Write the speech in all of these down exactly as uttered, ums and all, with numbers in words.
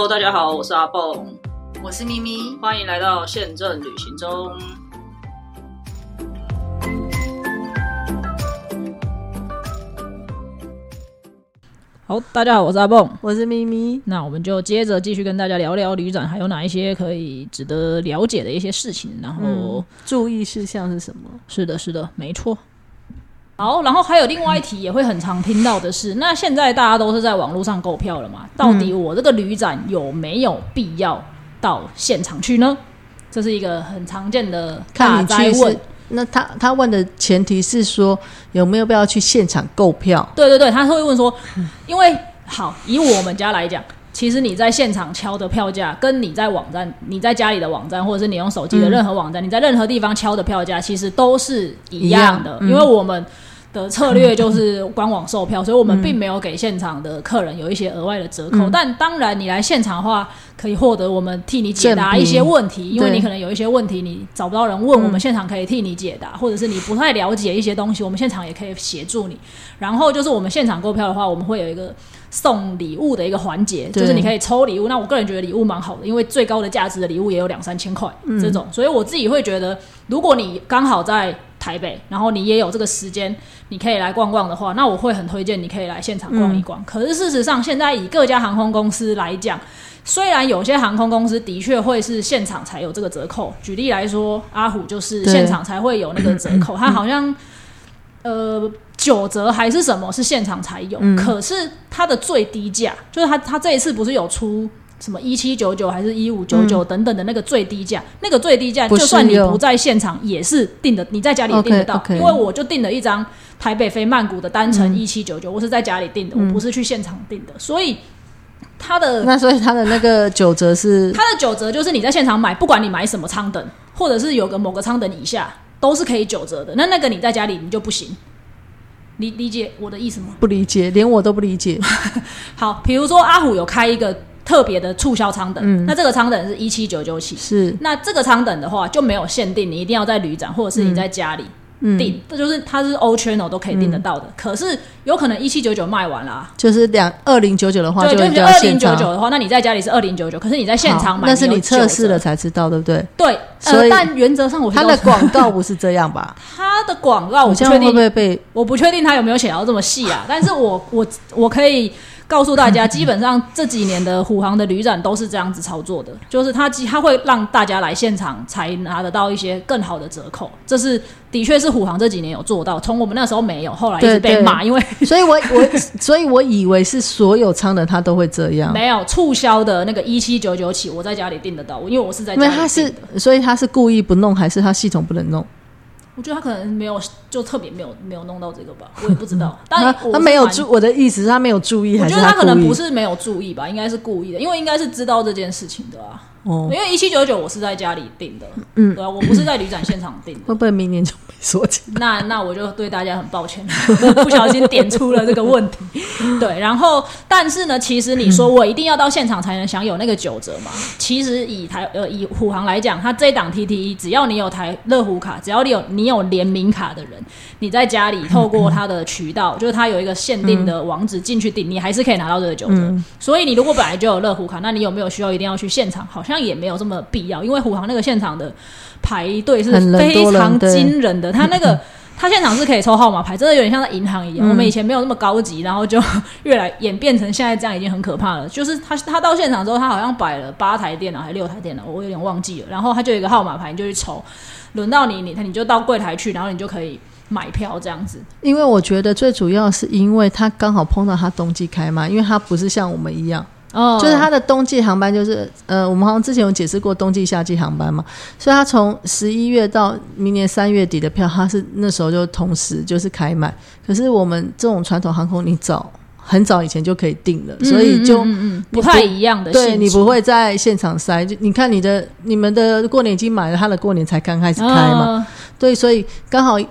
Hello， 大家好，我是阿蹦， 我是咪咪， 欢迎来到宪政旅行中。好，大家好，我是阿蹦， 我是咪咪。 那我们就接着继续跟大家聊聊旅展还有哪一些可以值得了解的一些事情，然后、嗯、 注意事项是什么？ 是的，是的，没错。好，然后还有另外一题也会很常听到的是，那现在大家都是在网络上购票了嘛？到底我这个旅展有没有必要到现场去呢？这是一个很常见的大哉问。 那他他问的前提是说有没有必要去现场购票？ 对对对，他会问说，因为好以我们家来讲，其实你在现场敲的票价，跟你在网站、你在家里的网站，或者是你用手机的任何网站，嗯、你在任何地方敲的票价，其实都是一样的，嗯、因为我们的策略就是官网售票，所以我们并没有给现场的客人有一些额外的折扣。嗯、但当然，你来现场的话，可以获得我们替你解答一些问题，因为你可能有一些问题你找不到人问，我们现场可以替你解答，或者是你不太了解一些东西，我们现场也可以协助你。然后就是我们现场购票的话，我们会有一个送礼物的一个环节，就是你可以抽礼物。那我个人觉得礼物蛮好的，因为最高的价值的礼物也有两三千块这种，嗯、所以我自己会觉得，如果你刚好在台北，然后你也有这个时间，你可以来逛逛的话，那我会很推荐你可以来现场逛一逛。嗯、可是事实上，现在以各家航空公司来讲，虽然有些航空公司的确会是现场才有这个折扣，举例来说，阿虎就是现场才会有那个折扣，它好像呃九折还是什么是现场才有，嗯、可是它的最低价就是它它这一次不是有出什么一七九九还是一五九九等等的那个最低价，嗯、那个最低价就算你不在现场也是订的，你在家里也订得到。Okay, okay. 因为我就订了一张台北飞曼谷的单程一七九九，我是在家里订的，嗯、我不是去现场订的，所以它的那所以它的那个九折是它的九折就是你在现场买，不管你买什么舱等，或者是有个某个舱等以下，都是可以九折的。那那个你在家里你就不行。你理解我的意思吗？ 不理解，连我都不理解。 好，比如说阿虎有开一个特别的促销舱等，嗯、那这个舱等是一七九九起， 是那这个舱等的话就没有限定，你一定要在旅展或者是你在家里订，这、嗯、就是它是 all channel 都可以订得到的。嗯、可是有可能一七九九卖完了、啊， 就是两二零九九的话就， 就就是二零九九的话，那你在家里是二零九九，可是你在现场买， 那是你测试了才知道，对不对？ 对，呃，但原则上我他的广告不是这样吧？ 他的广告我不确定会不会被，我不确定他有没有写到这么细啊。但是我我我可以告诉大家，基本上这几年的虎航的旅展都是这样子操作的，就是他他会让大家来现场才拿得到一些更好的折扣，这是的确是虎航这几年有做到，从我们那时候没有，后来一直被骂，因为所以我我所以我以为是所有舱的他都会这样， 没有促销的那个一七九九起，我在家里订得到，因为我是在家里订的。因为他是，所以他是故意不弄，还是他系统不能弄？ 我觉得他可能没有，就特别没有没有弄到这个吧，我也不知道。当然他没有注，我的意思是他没有注意，还是我觉得他可能不是没有注意吧，应该是故意的，因为应该是知道这件事情的啊。哦，因为一七九九我是在家里订的，嗯，对啊，我不是在旅展现场订的。 会不会明年就没说起？ 那那我就对大家很抱歉，不小心点出了这个问题。对，然后但是呢，其实你说我一定要到现场才能享有那个九折嘛？其实以台呃以虎航来讲，它这一档 T T E 只要你有台乐虎卡，只要你有你有联名卡的人，你在家里透过它的渠道，就是它有一个限定的网址进去订，你还是可以拿到这个九折。嗯、所以你如果本来就有乐虎卡，那你有没有需要一定要去现场？好像也没有这么必要，因为虎航那个现场的排队是非常惊人的，他那个他现场是可以抽号码牌，真的有点像在银行一样。嗯、我们以前没有那么高级，然后就越来演变成现在这样，已经很可怕了。就是他他到现场之后，他好像摆了八台电脑还是六台电脑，我有点忘记了。然后他就有一个号码牌，你就去抽，轮到你，你你就到柜台去，然后你就可以买票这样子。 因为我觉得最主要是因为他刚好碰到他冬季开嘛，因为他不是像我们一样。哦、就是它的冬季航班就是呃，我们好像之前有解释过冬季夏季航班嘛，所以它从十一月到明年三月底的票，它是那时候就同时就是开卖。可是我们这种传统航空，你早很早以前就可以订了，所以就嗯嗯嗯不太一样的性质。 对，你不会在现场塞，就你看你的你们的过年已经买了，他的过年才刚开始开嘛，哦、对，所以刚好。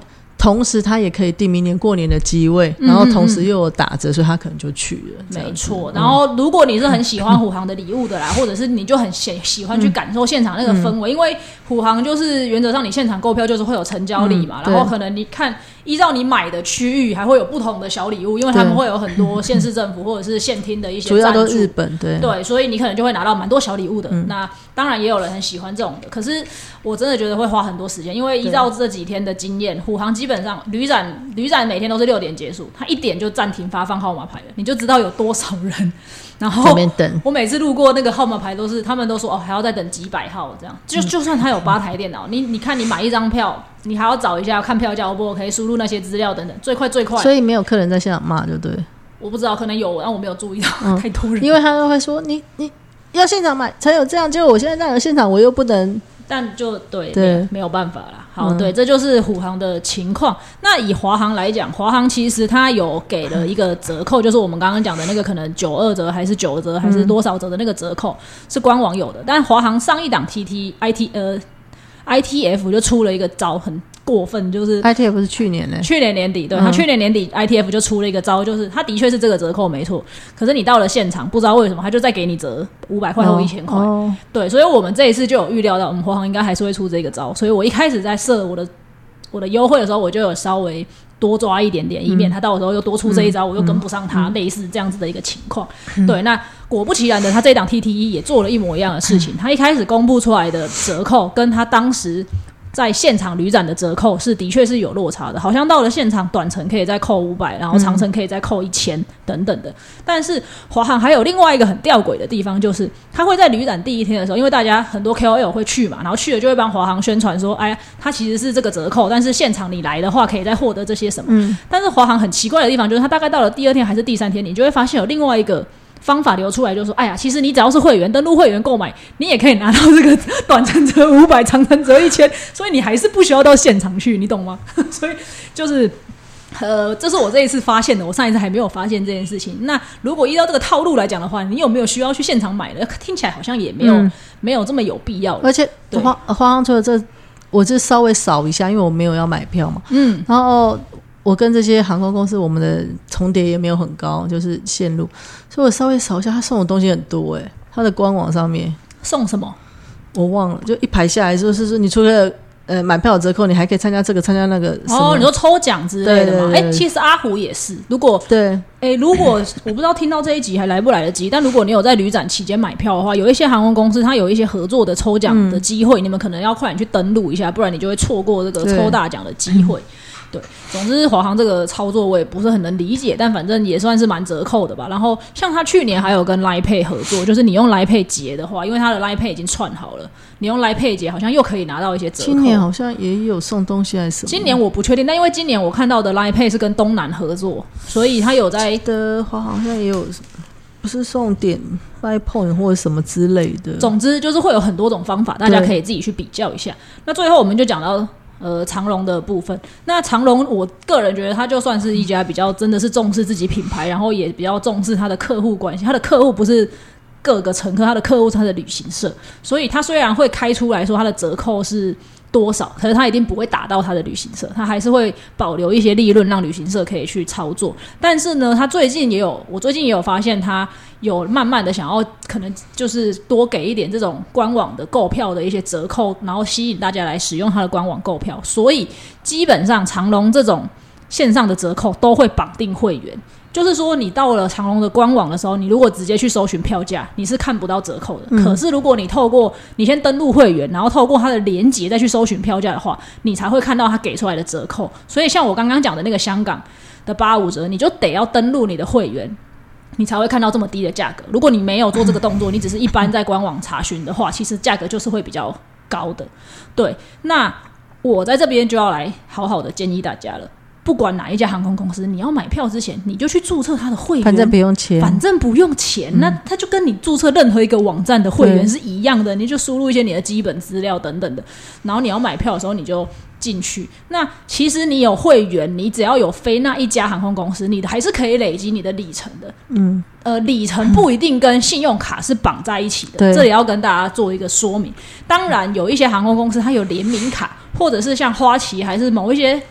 同时他也可以订明年过年的机位，然后同时又有打折，所以他可能就去了。 没错。然后如果你是很喜欢虎航的礼物的啦，或者是你就很喜喜欢去感受现场那个氛围，因为虎航就是原则上你现场购票就是会有成交礼嘛，然后可能你看依照你买的区域还会有不同的小礼物，因为他们会有很多县市政府或者是县厅的一些赞助， 主要都日本，对对，所以你可能就会拿到蛮多小礼物的。那当然也有人很喜欢这种的，可是我真的觉得会花很多时间，因为依照这几天的经验，虎航基本上旅展旅展每天都是六点结束，他一点就暂停发放号码牌了，你就知道有多少人。然后我每次路过那个号码牌都是他们都说哦还要再等几百号这样，就就算他有吧台电脑，你你看你买一张票，你还要找一下看票价 O 不 OK， 输入那些资料等等，最快最快。 所以没有客人在现场骂就对。 我不知道，可能有，但我没有注意到、嗯、太多人， 因为他都会说你你要现场买才有这样，结果我现在在现场我又不能。 但就 对, 对 没, 没有办法啦。好、嗯，对，这就是虎航的情况。那以华航来讲，华航其实它有给了一个折扣，就是我们刚刚讲的那个可能九二折还是九折还是多少折的那个折扣、嗯、是官网有的。但华航上一档 T T I T 呃 I T F 就出了一个招很过分，就是 I T F 是去年呢、欸， 去年年底，对、嗯、他去年年底 I T F 就出了一个招，就是他的确是这个折扣没错，可是你到了现场不知道为什么他就再给你折五百块或一千块，对，所以我们这一次就有预料到我们华航应该还是会出这个招，所以我一开始在设我的我的优惠的时候，我就有稍微多抓一点点，以免他到时候又多出这一招、嗯、我又跟不上他、嗯、类似这样子的一个情况、嗯、对，那果不其然的他这一档 T T E 也做了一模一样的事情、嗯、他一开始公布出来的折扣跟他当时在现场旅展的折扣是的确是有落差的，好像到了现场短程可以再扣五百，然后长程可以再扣一千等等的。但是华航还有另外一个很吊诡的地方，就是他会在旅展第一天的时候，因为大家很多 K O L 会去嘛，然后去了就会帮华航宣传说，哎呀，他其实是这个折扣，但是现场你来的话可以再获得这些什么。嗯、但是华航很奇怪的地方就是，他大概到了第二天还是第三天，你就会发现有另外一个方法流出来，就是说，哎呀，其实你只要是会员，登录会员购买，你也可以拿到这个短程折五百，长程折一千，所以你还是不需要到现场去，你懂吗？所以就是，呃，这是我这一次发现的，我上一次还没有发现这件事情。那如果依照这个套路来讲的话，你有没有需要去现场买的？听起来好像也没有、嗯、没有这么有必要了。 而且花花航除了这，我就稍微扫一下，因为我没有要买票嘛。嗯，然后。我跟这些航空公司我们的重叠也没有很高，就是线路，所以我稍微扫一下，他送的东西很多耶、欸、他的官网上面送什么我忘了，就一排下来就是说你除了呃买票的折扣，你还可以参加这个参加那个哦，你说抽奖之类的吗？哎、欸，其实阿虎也是，如果对哎、欸，如果我不知道听到这一集还来不来得及，但如果你有在旅展期间买票的话，有一些航空公司它有一些合作的抽奖的机会、嗯、你们可能要快点去登录一下，不然你就会错过这个抽大奖的机会。对，总之华航这个操作我也不是很能理解，但反正也算是蛮折扣的吧。然后像他去年还有跟 Line Pay 合作，就是你用 Line Pay 结的话，因为他的 Line Pay 已经串好了，你用 Line Pay 结好像又可以拿到一些折扣。 今年好像也有送东西还是什么？ 今年我不确定，但因为今年我看到的 Line Pay 是跟东南合作，所以他有在的华航好像也有，不是送点 Line Point 或者什么之类的。 总之就是会有很多种方法，大家可以自己去比较一下。那最后我们就讲到。呃，长荣的部分，那长荣我个人觉得它就算是一家比较真的是重视自己品牌，然后也比较重视它的客户关系，它的客户不是各个乘客，它的客户是它的旅行社，所以它虽然会开出来说它的折扣是多少，可是它一定不会打到它的旅行社，它还是会保留一些利润让旅行社可以去操作。但是呢，它最近也有我最近也有发现它有慢慢的想要可能就是多给一点这种官网的购票的一些折扣，然后吸引大家来使用它的官网购票，所以基本上长荣这种线上的折扣都会绑定会员，就是说你到了长荣的官网的时候，你如果直接去搜寻票价，你是看不到折扣的、嗯、可是如果你透过你先登录会员，然后透过它的连结再去搜寻票价的话，你才会看到它给出来的折扣。所以像我刚刚讲的那个香港的八五折，你就得要登录你的会员，你才会看到这么低的价格。如果你没有做这个动作，你只是一般在官网查询的话，其实价格就是会比较高的。对，那我在这边就要来好好的建议大家了，不管哪一家航空公司，你要买票之前你就去注册他的会员， 反正不用钱， 反正不用钱、嗯、那他就跟你注册任何一个网站的会员是一样的，你就输入一些你的基本资料等等的，然后你要买票的时候你就进去。那其实你有会员，你只要有飞那一家航空公司，你还是可以累积你的里程的。嗯，呃，里程不一定跟信用卡是绑在一起的，这里要跟大家做一个说明。当然有一些航空公司它有联名卡，或者是像花旗还是某一些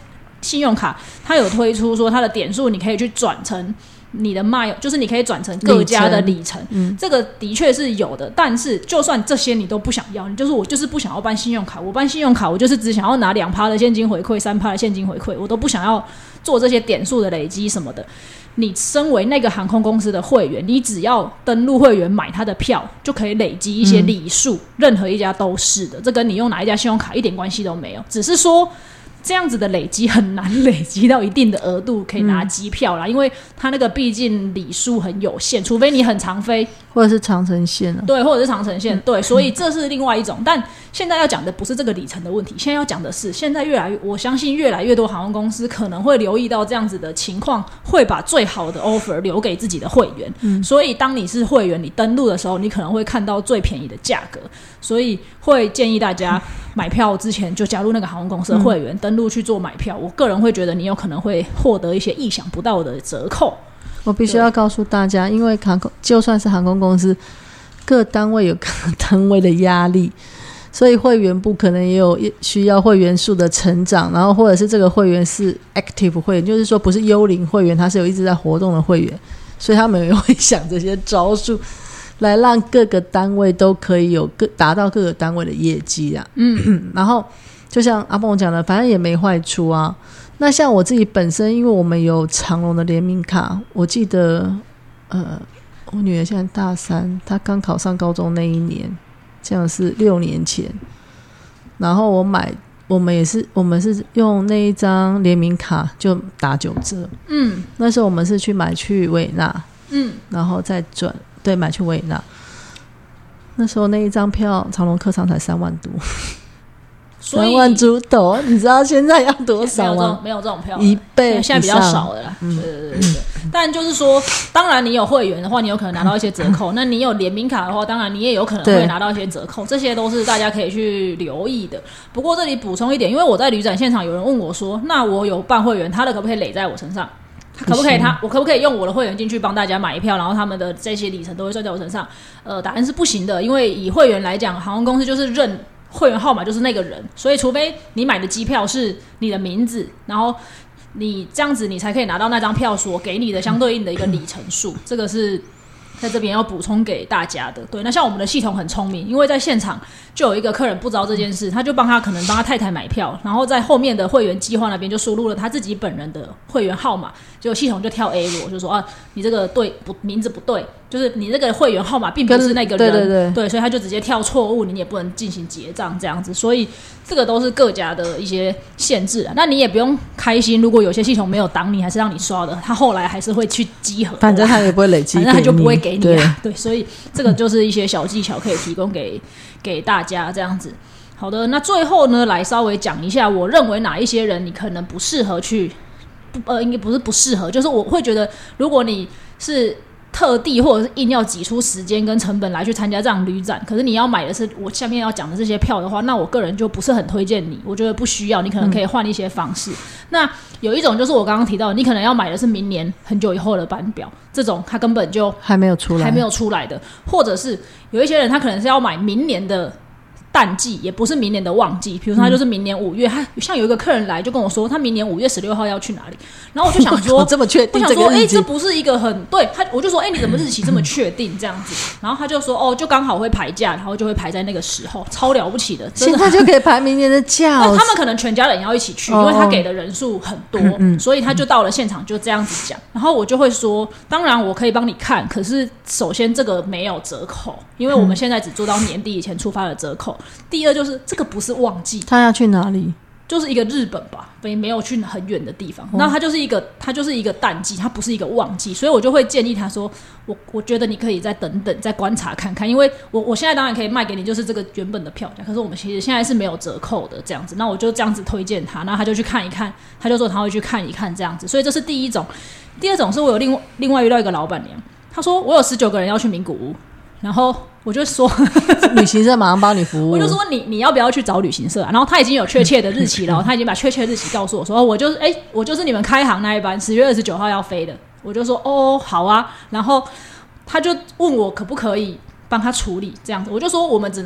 信用卡它有推出说它的点数你可以去转成你的 mile， 就是你可以转成各家的里程，嗯，这个的确是有的。但是就算这些你都不想要，你就是我就是不想要办信用卡，我办信用卡我就是只想要拿 百分之二 的现金回馈 百分之三 的现金回馈，我都不想要做这些点数的累积什么的。你身为那个航空公司的会员，你只要登录会员买他的票就可以累积一些里数，嗯，任何一家都是的，这跟你用哪一家信用卡一点关系都没有，只是说这样子的累积很难累积到一定的额度可以拿机票啦，嗯，因为它那个毕竟里数很有限，除非你很常飞或者是长程线，啊， 对，或者是长程线，嗯，对，所以这是另外一种，嗯，但现在要讲的不是这个里程的问题，现在要讲的是现在越来越我相信越来越多航空公司可能会留意到这样子的情况，会把最好的 offer 留给自己的会员，嗯，所以当你是会员你登录的时候你可能会看到最便宜的价格，所以会建议大家买票之前就加入那个航空公司的会员，嗯，登录去做买票，我个人会觉得你有可能会获得一些意想不到的折扣。 我必须要告诉大家，因为航空就算是航空公司各单位有各单位的压力，所以会员部可能也有需要会员数的成长，然后或者是这个会员是 active 会员，就是说不是幽灵会员，他是有一直在活动的会员，所以他们也会想这些招数来让各个单位都可以有各达到各个单位的业绩啊。嗯，然后就像阿蹦讲的，反正也没坏处啊。那像我自己本身，因为我们有长荣的联名卡，我记得呃，我女儿现在大三，她刚考上高中那一年，这样是六年前。然后我买，我们也是，我们是用那一张联名卡就打九折。嗯，那时候我们是去买去维也纳，嗯，然后再转，对，买去维也纳。那时候那一张票，长荣客舱才三万多。三万出头，你知道现在要多少吗？ 没有这种票， 一倍以上， 现在比较少的啦。嗯，对对对对。但就是说，当然你有会员的话，你有可能拿到一些折扣；那你有联名卡的话，当然你也有可能会拿到一些折扣。这些都是大家可以去留意的。不过这里补充一点，因为我在旅展现场有人问我说：“那我有办会员，他的可不可以累在我身上？可不可以他我可不可以用我的会员进去帮大家买一票，然后他们的这些里程都会算在我身上？”呃，答案是不行的，因为以会员来讲，航空公司就是认。会员号码就是那个人，所以除非你买的机票是你的名字，然后你这样子你才可以拿到那张票所给你的相对应的一个里程数，这个是在这边要补充给大家的。对，那像我们的系统很聪明，因为在现场就有一个客人不知道这件事，他就帮他可能帮他太太买票，然后在后面的会员计划那边就输入了他自己本人的会员号码，结果系统就跳 error， 就说啊你这个对不名字不对，就是你这个会员号码并不是那个人， 对对对， 对，所以他就直接跳错误，你也不能进行结账这样子，所以这个都是各家的一些限制啊。那你也不用开心，如果有些系统没有挡你，还是让你刷的，他后来还是会去集合， 反正他也不会累积， 反正他就不会给你啊。对，所以这个就是一些小技巧可以提供给给大家这样子。好的，那最后呢，来稍微讲一下，我认为哪一些人你可能不适合去，呃，应该不是不适合，就是我会觉得，如果你是特地或者是硬要挤出时间跟成本来去参加这样旅展，可是你要买的是我下面要讲的这些票的话，那我个人就不是很推荐你，我觉得不需要，你可能可以换一些方式。嗯、那有一种就是我刚刚提到的，你可能要买的是明年很久以后的班表，这种它根本就还没有出来， 还没有出来的，或者是有一些人他可能是要买明年的淡季，也不是明年的旺季，比如说他就是明年五月，他像有一个客人来就跟我说他明年五月十六号要去哪里，然后我就想说这么确定， 我想说哎、欸，这不是一个很对他，我就说哎、欸，你怎么日期这么确定这样子，然后他就说哦，就刚好会排假，然后就会排在那个时候，超了不起的，真的现在就可以排明年的假、 哦、他们可能全家人要一起去，因为他给的人数很多、哦嗯嗯、所以他就到了现场就这样子讲，然后我就会说当然我可以帮你看，可是首先这个没有折扣，因为我们现在只做到年底以前出发的折扣、嗯、第二就是这个不是旺季， 他要去哪里？ 就是一个日本吧，没有去很远的地方。那、哦、它就是一个，它就是一个淡季，它不是一个旺季，所以我就会建议他说，我我觉得你可以再等等，再观察看看，因为我我现在当然可以卖给你，就是这个原本的票价，可是我们其实现在是没有折扣的这样子。那我就这样子推荐他，那他就去看一看，他就说他会去看一看这样子。所以这是第一种。第二种是我有另外另外遇到一个老板娘，他说我有十九个人要去名古屋。然后我就说旅行社马上帮你服务， 我就说你你要不要去找旅行社、啊、然后他已经有确切的日期了，他已经把确切的日期告诉我说我就是哎我就是你们开航那一班十月二十九号要飞的，我就说哦好啊，然后他就问我可不可以帮他处理这样子，我就说我们只能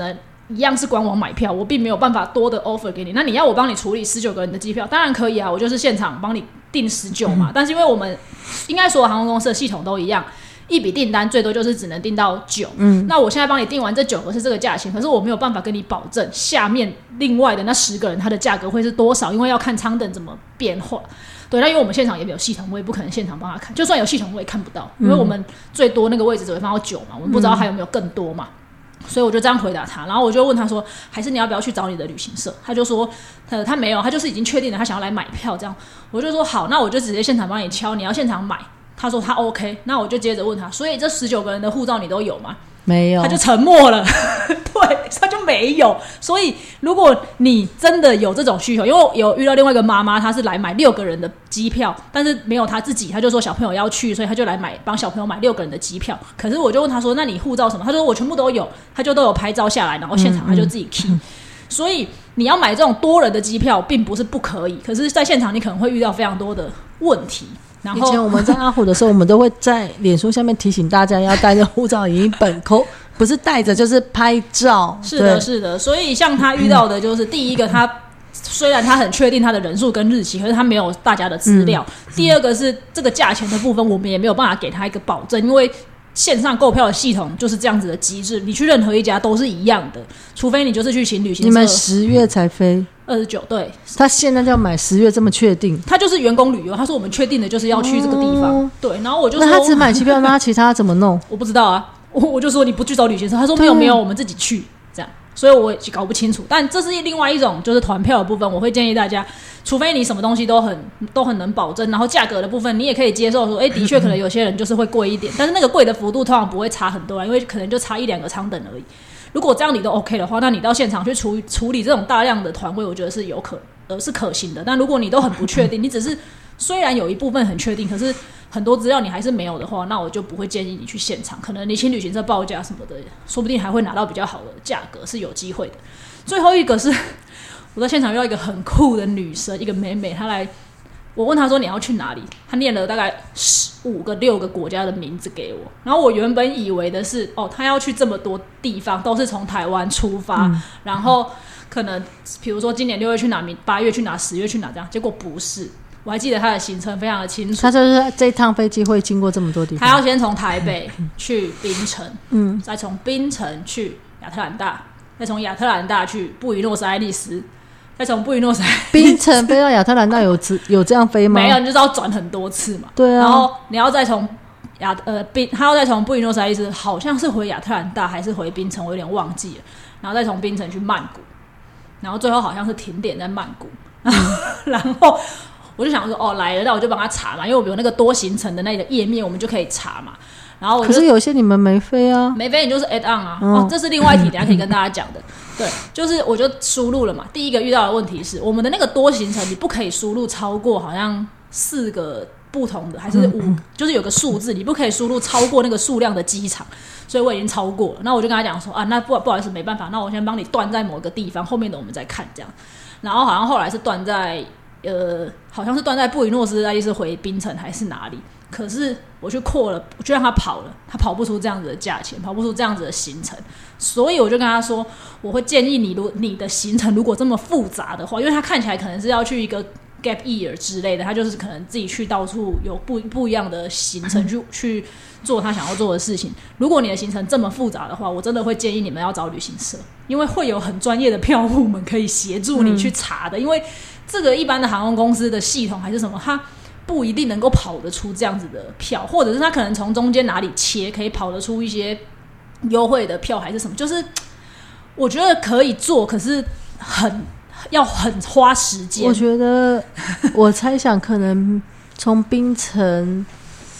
一样是官网买票，我并没有办法多的 offer 给你。那你要我帮你处理十九个人的机票，当然可以啊，我就是现场帮你订十九嘛、嗯。但是因为我们应该所有航空公司的系统都一样，一笔订单最多就是只能订到九。嗯，那我现在帮你订完这九个是这个价钱，可是我没有办法跟你保证下面另外的那十个人它的价格会是多少，因为要看舱等怎么变化。对，那因为我们现场也没有系统，我也不可能现场帮他看，就算有系统我也看不到，因为我们最多那个位置只会放到九嘛，我们不知道还有没有更多嘛。所以我就这样回答他，然后我就问他说还是你要不要去找你的旅行社，他就说他他没有，他就是已经确定了他想要来买票这样。我就说好，那我就直接现场帮你敲，你要现场买。他说他 OK， 那我就接着问他，所以这十九个人的护照你都有吗？ 没有， 他就沉默了对，他就没有。所以如果你真的有这种需求，因为我有遇到另外一个妈妈，她是来买六个人的机票，但是没有她自己，她就说小朋友要去，所以她就来买帮小朋友买六个人的机票。可是我就问她说那你护照什么，她说我全部都有，她就都有拍照下来，然后现场她就自己 key、嗯嗯、所以你要买这种多人的机票并不是不可以，可是在现场你可能会遇到非常多的问题。然后以前我们在阿虎的时候我们都会在脸书下面提醒大家要带着护照影印本口不是带着就是拍照。 是的是的，所以像他遇到的就是、嗯、第一个他虽然他很确定他的人数跟日期，可是他没有大家的资料、嗯、第二个是这个价钱的部分我们也没有办法给他一个保证，因为线上购票的系统就是这样子的机制，你去任何一家都是一样的，除非你就是去请旅行社。 你们十月才飞二十九，对， 他现在就要买十月这么确定？ 他就是员工旅游，他说我们确定的就是要去这个地方、哦、对，然后我就说那他只买机票，那他其他怎么弄？ 我不知道啊，我我就说你不去找旅行社，他说没有没有，我们自己去这样，所以我也搞不清楚。但这是另外一种就是团票的部分，我会建议大家，除非你什么东西都很都很能保证，然后价格的部分你也可以接受说，哎，的确可能有些人就是会贵一点，但是那个贵的幅度通常不会差很多，因为可能就差一两个舱等而已。如果这样你都 OK 的话，那你到现场去处处理这种大量的团位，我觉得是有可呃是可行的。但如果你都很不确定，你只是虽然有一部分很确定，可是很多资料你还是没有的话，那我就不会建议你去现场。可能你请旅行社报价什么的，说不定还会拿到比较好的价格，是有机会的。最后一个是我在现场遇到一个很酷的女生，一个妹妹，她来，我问她说你要去哪里，她念了大概五个六个国家的名字给我，然后我原本以为的是哦，她要去这么多地方，都是从台湾出发、嗯、然后可能比如说今年六月去哪，八月去哪，十月去哪这样，结果不是。我还记得她的行程非常的清楚， 她就是这一趟飞机会经过这么多地方， 她要先从台北去槟城，嗯，再从槟城去亚特兰大，再从亚特兰大去布宜诺斯艾利斯，再从布宜诺斯艾利斯槟城飞到亚特兰大有有这样飞吗？ 没有，你就是要转很多次嘛。 对啊， 然后你要再从亚呃宾，他要再从布宜诺斯艾利斯，好像是回亚特兰大还是回槟城，我有点忘记了。然后再从槟城去曼谷，然后最后好像是停点在曼谷，嗯、然后我就想说哦来了，那我就帮他查嘛，因为我们有那个多行程的那个页面，我们就可以查嘛。然后我就可是有些你们没飞啊， 没飞你就是 add on 啊、嗯哦，这是另外一题，等一下可以跟大家讲的。对，就是我就输入了嘛。第一个遇到的问题是，我们的那个多行程你不可以输入超过好像四个不同的，还是五、嗯，就是有个数字，你不可以输入超过那个数量的机场，所以我已经超过了。那我就跟他讲说啊，那不不好意思，没办法，那我先帮你断在某个地方，后面的我们再看这样。然后好像后来是断在呃，好像是断在布宜诺斯艾利斯回槟城还是哪里。可是我去扩了，我就让他跑了，他跑不出这样子的价钱，跑不出这样子的行程，所以我就跟他说，我会建议你，如你的行程如果这么复杂的话，因为他看起来可能是要去一个 gap year 之类的，他就是可能自己去到处有不不一样的行程去去做他想要做的事情。如果你的行程这么复杂的话，我真的会建议你们要找旅行社，因为会有很专业的票务们可以协助你去查的，嗯、因为这个一般的航空公司的系统还是什么，它不一定能够跑得出这样子的票，或者是他可能从中间哪里切可以跑得出一些优惠的票还是什么，就是我觉得可以做，可是很要很花时间。 我觉得我猜想可能从槟城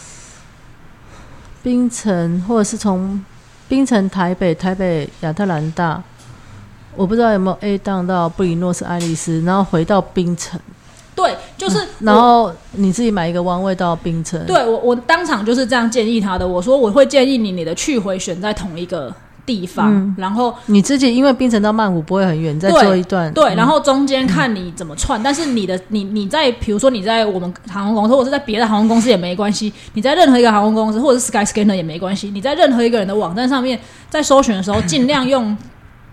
槟城或者是从槟城台北台北亚特兰大，我不知道有没有 A 档到布宜诺斯艾利斯，然后回到槟城。 对，就是、嗯、 然后你自己买一个弯位到槟城。 对，我我当场就是这样建议他的。我说我会建议你你的去回选在同一个地方，嗯、然后你自己因为槟城到曼谷不会很远，再做一段。 对，对、嗯，然后中间看你怎么串。嗯、但是你的你你在比如说你在我们航空公司，或者是在别的航空公司也没关系。你在任何一个航空公司，或者是 Skyscanner 也没关系。你在任何一个人的网站上面，在搜寻的时候，尽量用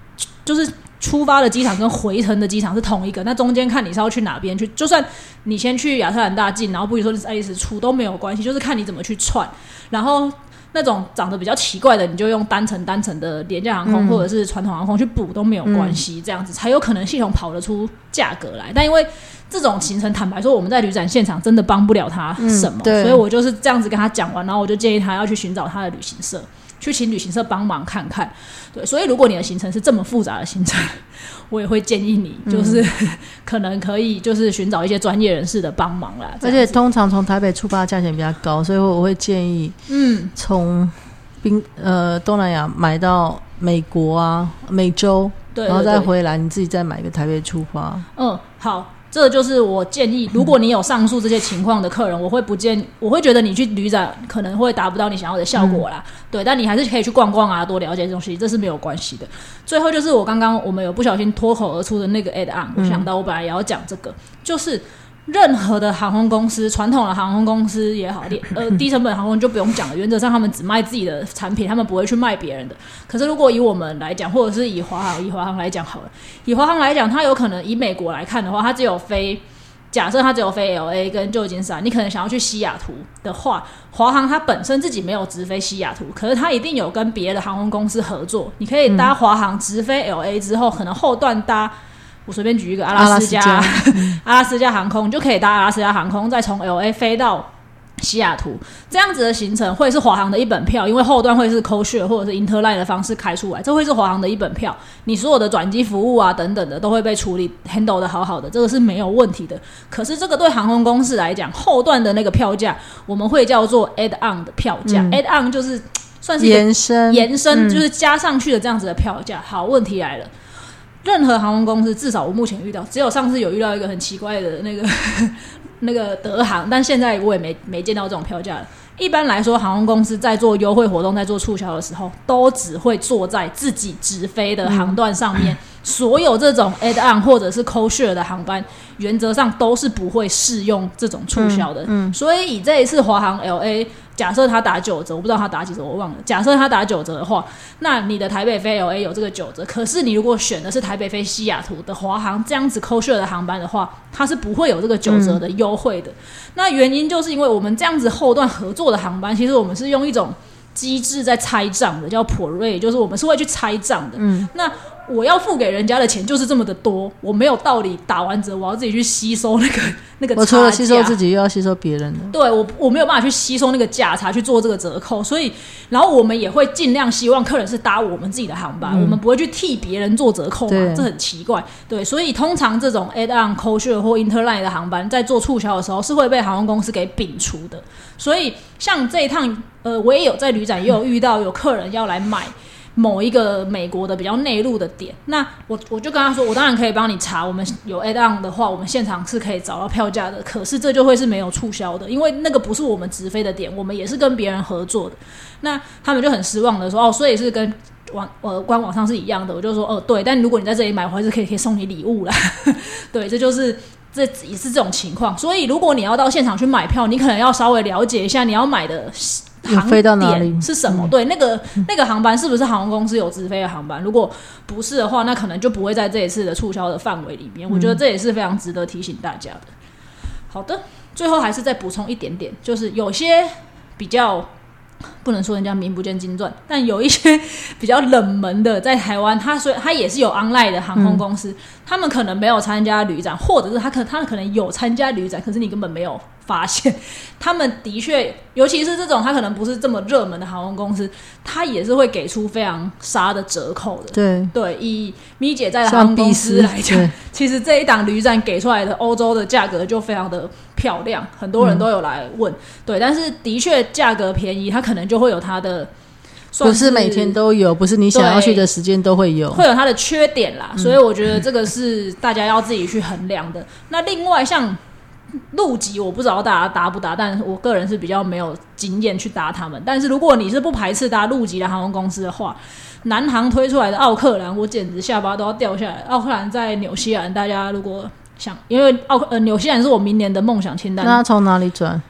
就是出发的机场跟回程的机场是同一个，那中间看你是要去哪边去，就算你先去亚特兰大进，然后不如说你是爱丽丝出都没有关系，就是看你怎么去串。然后那种长得比较奇怪的，你就用单程单程的廉价航空、嗯、或者是传统航空去补都没有关系、嗯、这样子才有可能系统跑得出价格来。但因为这种行程坦白说我们在旅展现场真的帮不了他什么、嗯、所以我就是这样子跟他讲完，然后我就建议他要去寻找他的旅行社，去请旅行社帮忙看看。对，所以如果你的行程是这么复杂的行程，我也会建议你就是、嗯、可能可以就是寻找一些专业人士的帮忙啦。 而且通常从台北出发价钱比较高，所以我会建议嗯从冰呃东南亚买到美国啊美洲，对对对，然后再回来你自己再买一个台北出发。 嗯，好，这就是我建议，如果你有上述这些情况的客人，我会不建，我会觉得你去旅展可能会达不到你想要的效果啦、嗯、对，但你还是可以去逛逛啊，多了解这东西，这是没有关系的。最后就是我刚刚我们有不小心脱口而出的那个 add on、嗯、我想到我本来也要讲这个，就是任何的航空公司，传统的航空公司也好，呃，低成本航空就不用讲了，原则上他们只卖自己的产品，他们不会去卖别人的。可是如果以我们来讲，或者是以华航以华航来讲好了，以华航来讲，它有可能以美国来看的话，它只有飞，假设它只有飞 L A 跟旧金山，你可能想要去西雅图的话，华航它本身自己没有直飞西雅图，可是它一定有跟别的航空公司合作，你可以搭华航直飞 L A 之后，可能后段搭。我随便举一个阿拉斯加，阿拉斯加，阿拉斯加航空，你就可以搭阿拉斯加航空，再从 L A 飞到西雅图，这样子的行程会是华航的一本票，因为后段会是 Codeshare 或者是 Interline 的方式开出来，这会是华航的一本票，你所有的转机服务啊等等的都会被处理 handle 的好好的，这个是没有问题的。可是这个对航空公司来讲，后段的那个票价我们会叫做 add on 的票价、嗯、add on 就是算是延伸延伸、嗯、就是加上去的这样子的票价。好，问题来了，任何航空公司，至少我目前遇到，只有上次有遇到一个很奇怪的那个那个德航，但现在我也没没见到这种票价了。一般来说，航空公司在做优惠活动、在做促销的时候，都只会做在自己直飞的航段上面。嗯、所有这种 add on 或者是 codeshare 的航班，原则上都是不会适用这种促销的。嗯嗯、所以以这一次华航 L A。假设他打九折，我不知道他打几折，我忘了。假设他打九折的话，那你的台北飞 L A 有这个九折，可是你如果选的是台北飞西雅图的华航这样子 codeshare 的航班的话，它是不会有这个九折的优惠的。嗯、那原因就是因为我们这样子后段合作的航班，其实我们是用一种机制在拆账的，叫 prorate， 就是我们是会去拆账的。嗯，那我要付给人家的钱就是这么的多，我没有道理打完折我要自己去吸收那个那个差价， 我除了吸收自己又要吸收别人的， 对，我我没有办法去吸收那个价差去做这个折扣，所以然后我们也会尽量希望客人是搭我们自己的航班、嗯、我们不会去替别人做折扣嘛，这很奇怪。对，所以通常这种 add on codeshare 或 interline 的航班在做促销的时候是会被航空公司给摒除的。所以像这一趟呃，我也有在旅展也有遇到有客人要来买某一个美国的比较内陆的点，那我我就跟他说，我当然可以帮你查，我们有 add on 的话，我们现场是可以找到票价的，可是这就会是没有促销的，因为那个不是我们直飞的点，我们也是跟别人合作的。那他们就很失望的说，哦，所以是跟网呃官网上是一样的。我就说，哦、呃，对，但如果你在这里买，我还是可以可以送你礼物啦。对，这就是这也是这种情况。所以如果你要到现场去买票，你可能要稍微了解一下你要买的航点是什么？嗯、对，那个那个航班是不是航空公司有直飞的航班？如果不是的话，那可能就不会在这一次的促销的范围里面。我觉得这也是非常值得提醒大家的。好的，最后还是再补充一点点，就是有些比较不能说人家名不见经传，但有一些比较冷门的，在台湾，它所以它也是有 online 的航空公司，嗯、他们可能没有参加旅展，或者是他可他可能有参加旅展，可是你根本没有发现。他们的确，尤其是这种他可能不是这么热门的航空公司，他也是会给出非常杀的折扣的。 对对，以咪姐在的航空公司来讲，其实这一档旅展给出来的欧洲的价格就非常的漂亮，很多人都有来问。嗯、对，但是的确价格便宜，它可能就会有它的。 不是每天都有，不是你想要去的时间都会有， 会有它的缺点啦，所以我觉得这个是大家要自己去衡量的。嗯、那另外像陆籍，我不知道大家搭不搭，但我个人是比较没有经验去搭他们。但是如果你是不排斥搭陆籍的航空公司的话，南航推出来的奥克兰，我简直下巴都要掉下来。奥克兰在纽西兰，大家如果想，因为奥呃纽西兰是我明年的梦想清单。 那从哪里转？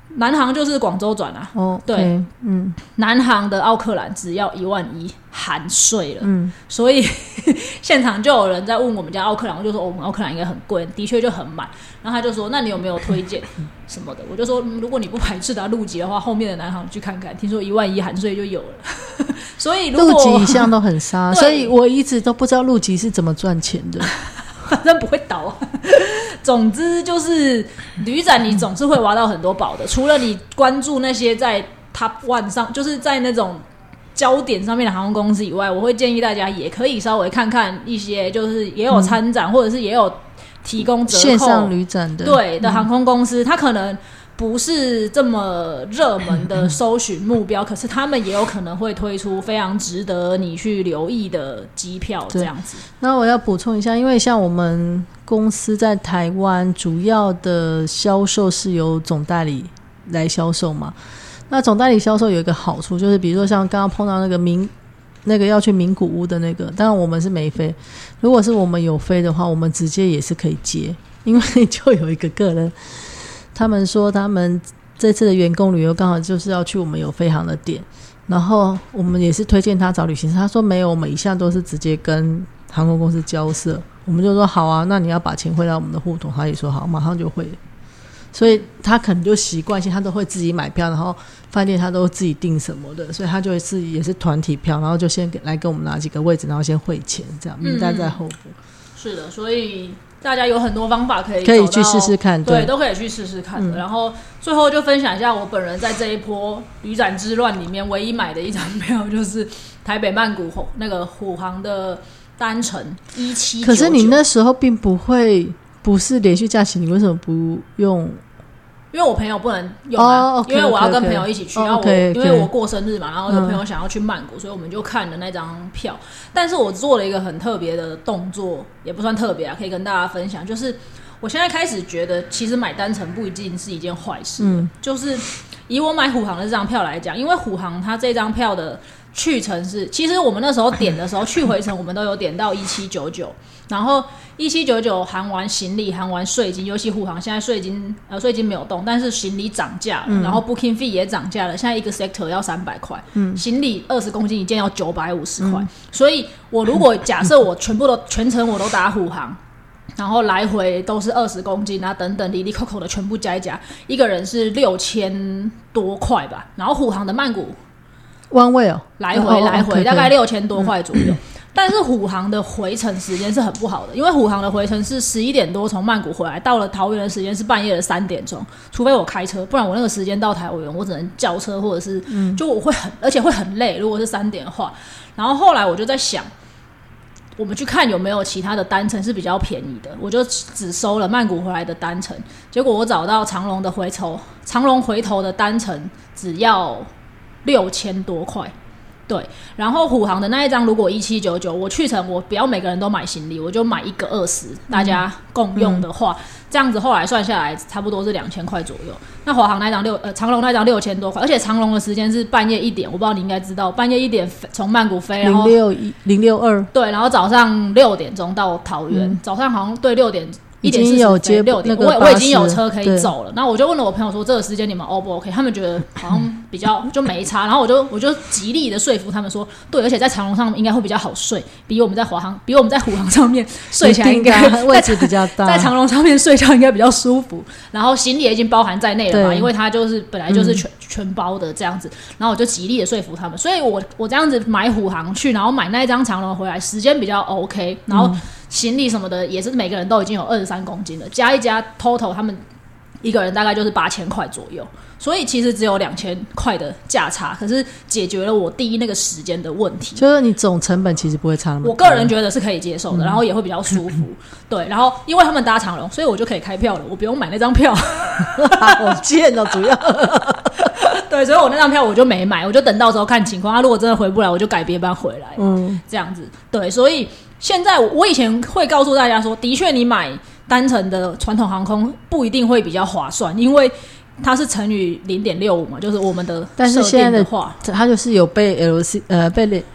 南航就是广州转啊， 哦， 对， 嗯， 南航的奥克兰只要一万一含税了，嗯，所以现场就有人在问我们家奥克兰，我就说、哦、我们奥克兰应该很贵，的确就很满。然后他就说，那你有没有推荐什么的？我就说，如果你不排斥它入籍的话，后面的南航去看看，听说一万一含税就有了。所以如果入籍一向都很杀，所以我一直都不知道入籍是怎么赚钱的。 反正不会倒。总之就是旅展你总是会挖到很多宝的，除了你关注那些在 top one 上，就是在那种焦点上面的航空公司以外，我会建议大家也可以稍微看看一些就是也有参展、嗯、或者是也有提供折扣线上旅展的对的航空公司，它可能不是这么热门的搜寻目标，可是他们也有可能会推出非常值得你去留意的机票这样子。 那我要补充一下，因为像我们公司在台湾主要的销售是由总代理来销售嘛，那总代理销售有一个好处，就是比如说像刚刚碰到那个名那个要去名古屋的那个，当然我们是没飞，如果是我们有飞的话，我们直接也是可以接，因为就有一个个人他们说他们这次的员工旅游刚好就是要去我们有飞航的点，然后我们也是推荐他找旅行社，他说没有，我们一向都是直接跟航空公司交涉，我们就说好啊，那你要把钱汇到我们的户头，他也说好，马上就汇。所以他可能就习惯性他都会自己买票，然后饭店他都自己订什么的，所以他就自己也是团体票，然后就先来跟我们拿几个位置，然后先汇钱，这样名单在后部、嗯、 是的，所以大家有很多方法可以可以去试试看， 对, 对都可以去试试看的、嗯、然后最后就分享一下我本人在这一波旅展之乱里面唯一买的一张票，就是台北曼谷那个虎航的单程一七九九。 可是你那时候并不会不是连续假期，你为什么不用？ 因为我朋友不能用啊、 oh, okay, 因为我要跟朋友一起去、 okay, okay. 然后我、 okay, okay. 因为我过生日嘛，然后有朋友想要去曼谷、嗯、所以我们就看了那张票。但是我做了一个很特别的动作，也不算特别啊，可以跟大家分享，就是我现在开始觉得其实买单程不一定是一件坏事、嗯、就是以我买虎航的这张票来讲，因为虎航它这张票的去程是，其实我们那时候点的时候去回程我们都有点到一七九九，然后一七九九含完行李含完税金，尤其虎航现在税金呃税金没有动，但是行李涨价了、嗯、然后 booking fee 也涨价了，现在一个 sector 要三百块、嗯、行李二十公斤一件要九百五十块、嗯、所以我如果假设我全部都全程我都打虎航，然后来回都是二十公斤啊等等里里扣扣的全部加一加，一个人是六千多块吧，然后虎航的曼谷 one way 哦， 来回、oh, 来回大概六千多块左右、嗯、但是虎航的回程时间是很不好的，因为虎航的回程是十一点多从曼谷回来，到了桃园的时间是半夜的三点钟，除非我开车，不然我那个时间到桃园我只能叫车，或者是、嗯、就我会很而且会很累，如果是三点的话。然后后来我就在想我们去看有没有其他的单程是比较便宜的，我就只收了曼谷回来的单程，结果我找到长荣的回头长荣回头的单程只要六千多块，对，然后虎航的那一张如果一七九九，我去程我不要每个人都买行李，我就买一个二十、嗯、大家共用的话、嗯、这样子后来算下来差不多是两千块左右。那华航那张六呃长荣那张六千多块，而且长荣的时间是半夜一点，我不知道你应该知道，半夜一点从曼谷飞，然后零六一零六二， 对，然后早上六点钟到桃园、嗯、早上好像对六点已经有接六点、那个、我, 我已经有车可以走了，然后我就问了我朋友说这个时间你们 O 不 OK， 他们觉得好像比较就没差，然后我就我就极力的说服他们说对，而且在长荣上应该会比较好睡，比我们在华航比我们在虎航上面睡起来应该位置比较大， 在长荣上面睡觉应该比较舒服，然后行李也已经包含在内了嘛，因为它就是本来就是全、嗯、全包的这样子，然后我就极力的说服他们，所以我我这样子买虎航去，然后买那一张长荣回来时间比较 OK， 然后、嗯行李什么的也是每个人都已经有二十三公斤了，加一加 total 他们一个人大概就是八千块左右，所以其实只有两千块的价差，可是解决了我第一那个时间的问题， 就是你总成本其实不会差那么多， 我个人觉得是可以接受的、嗯、然后也会比较舒服、嗯、对，然后因为他们搭长荣，所以我就可以开票了，我不用买那张票好贱哦主要对，所以我那张票我就没买，我就等到时候看情况，他、啊、如果真的回不来我就改别班回来，嗯，这样子，对，所以现在我以前会告诉大家说，的确你买单程的传统航空不一定会比较划算，因为它是乘以 零点六五 嘛，就是我们的设定的话， 但是现在的它就是有被 L C 呃被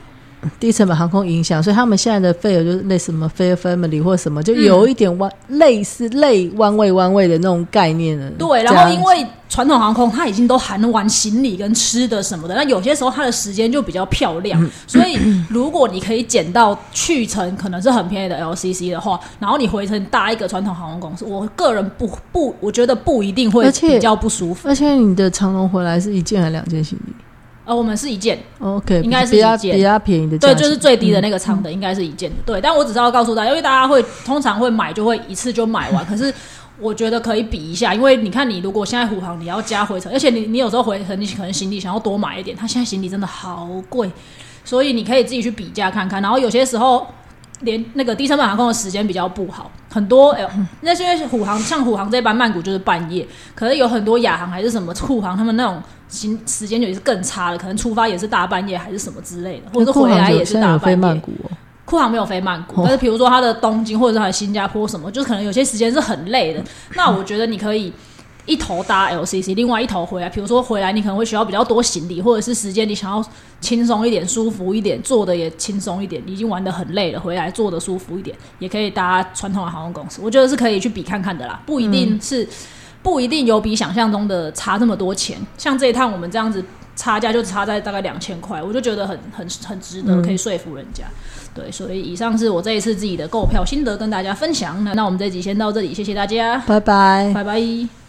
低成本航空影响，所以他们现在的费用就是类似什么 Fair Family 或什么，就有一点弯、嗯、类似类弯位弯位的那种概念了。 对，然后因为传统航空它已经都含完行李跟吃的什么的，那有些时候它的时间就比较漂亮、嗯、所以如果你可以捡到去程可能是很便宜的 L C C 的话，然后你回程搭一个传统航空公司，我个人不不我觉得不一定会比较不舒服。 而且你的长荣回来是一件还是两件行李？ 呃，我们是一件 ，OK， 应该是一件比较便宜的价钱， 对，就是最低的那个舱的、嗯、应该是一件的，对。但我只是要告诉大家，因为大家会通常会买就会一次就买完，可是我觉得可以比一下，因为你看你如果现在虎航你要加回程，而且你你有时候回程你可能行李想要多买一点，它现在行李真的好贵，所以你可以自己去比价看看，然后有些时候。连那个低成本航空的时间比较不好，很多哎、欸，那是因为虎航像虎航这班曼谷就是半夜，可是有很多亚航还是什么酷航，他们那种行时间也是更差的，可能出发也是大半夜还是什么之类的，或者回来也是大半夜。曼谷哦，酷航没有飞曼谷，但是比如说它的东京或者是它的新加坡什么，就是可能有些时间是很累的。那我觉得你可以。一头搭 L C C， 另外一头回来，比如说回来你可能会需要比较多行李，或者是时间你想要轻松一点舒服一点，坐的也轻松一点，你已经玩得很累了，回来坐的舒服一点，也可以搭传统的航空公司，我觉得是可以去比看看的啦，不一定是、嗯、不一定有比想象中的差这么多钱，像这一趟我们这样子差价就差在大概两千块，我就觉得很很很值得，可以说服人家、嗯、对，所以以上是我这一次自己的购票心得跟大家分享，那我们这集先到这里，谢谢大家， 拜拜， 拜拜。